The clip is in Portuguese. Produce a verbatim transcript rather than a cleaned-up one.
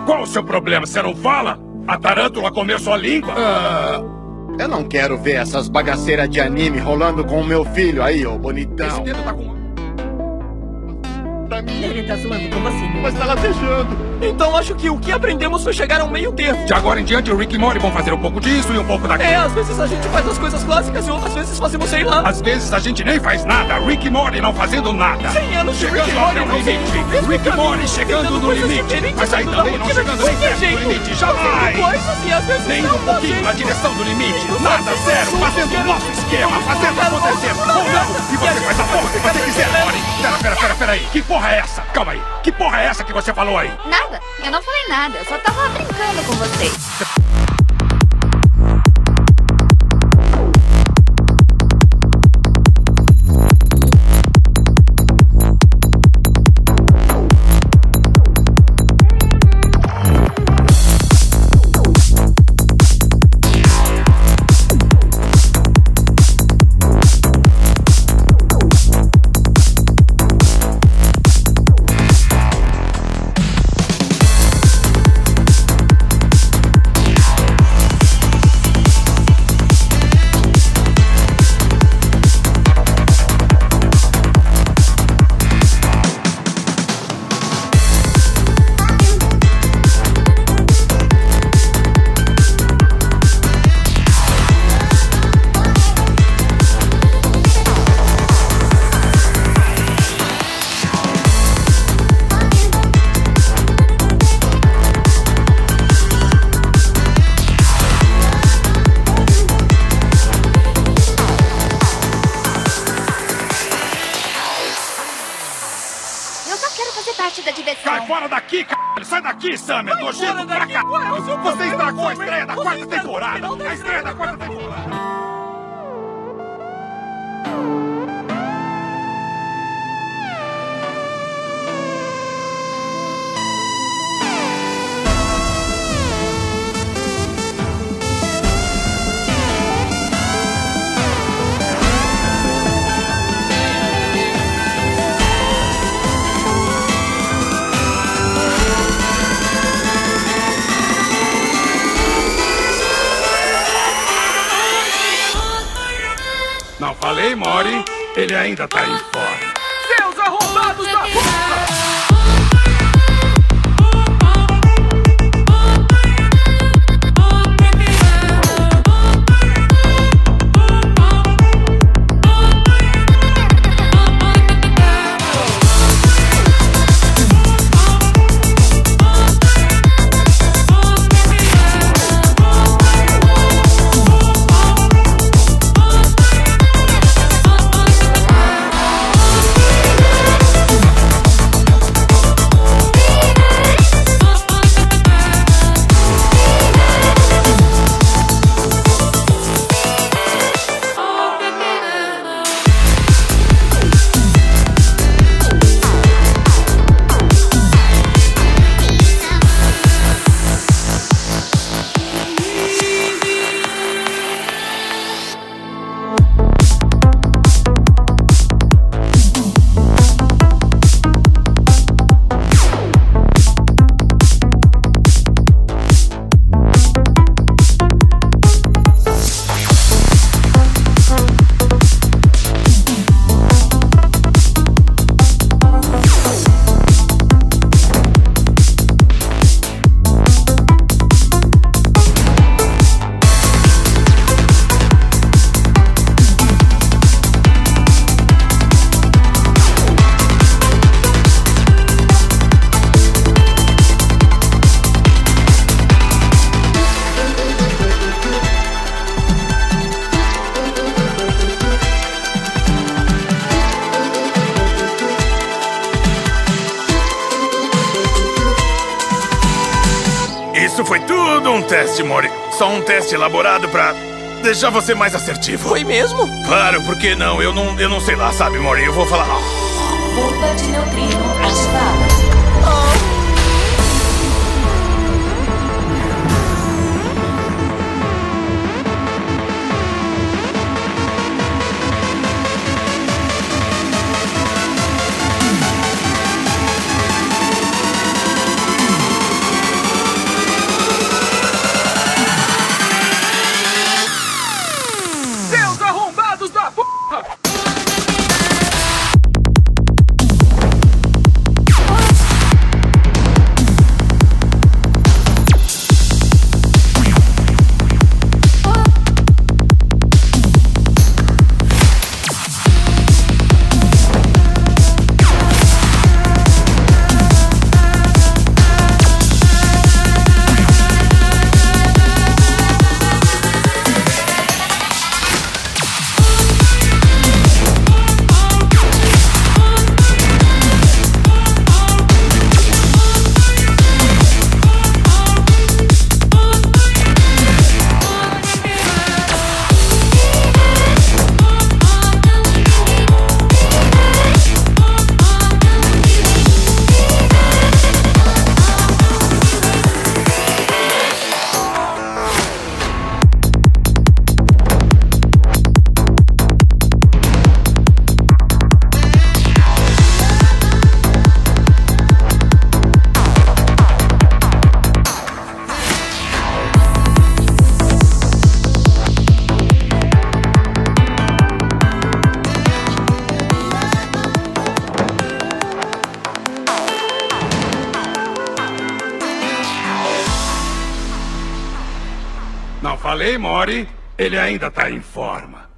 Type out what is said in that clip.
Qual o seu problema? Você não fala? A tarântula comeu sua língua? Uh, eu não quero ver essas bagaceiras de anime rolando com o meu filho aí, ô bonitão. Esse dedo tá com... Ele tá zoando com você, né? Mas tá latejando. Então acho que o que aprendemos foi chegar a um meio termo. De agora em diante, o Rick e Morty vão fazer um pouco disso e um pouco daquilo. É, às vezes a gente faz as coisas clássicas e outras vezes fazemos, sei lá. Às vezes a gente nem faz nada. Rick e Morty não fazendo nada. Cem anos de Rick e Chegando Morty ao não limite. seguindo Rick e Morty chegando no limite. Mas aí também não chegando nem perto do limite. Jamais. Coisas e às vezes Nem um pouquinho na direção do limite. Nada, zero. Fazendo o nosso esquema. Fazendo acontecer. Ou não. E você faz a porra que você quiser, Morty. Pera, pera, pera, pera aí. Que porra é essa? Calma aí. Que porra é essa que você falou aí? Nada. Eu não falei nada. Eu só tava brincando com vocês. Sai fora daqui, c***! Sai daqui, Sam! É nojento pra cá! Você estragou a estreia da quarta temporada! A estreia da quarta temporada! Não falei, Morty? Ele ainda tá aí fora. Seus arrombados da puta! Isso foi tudo um teste, Morty. Só um teste elaborado pra deixar você mais assertivo. Foi mesmo? Claro, por que não? Eu não, eu não sei lá, sabe, Morty? Eu vou falar... Bomba de neutrino ativada. Não falei, Mori? Ele ainda tá em forma.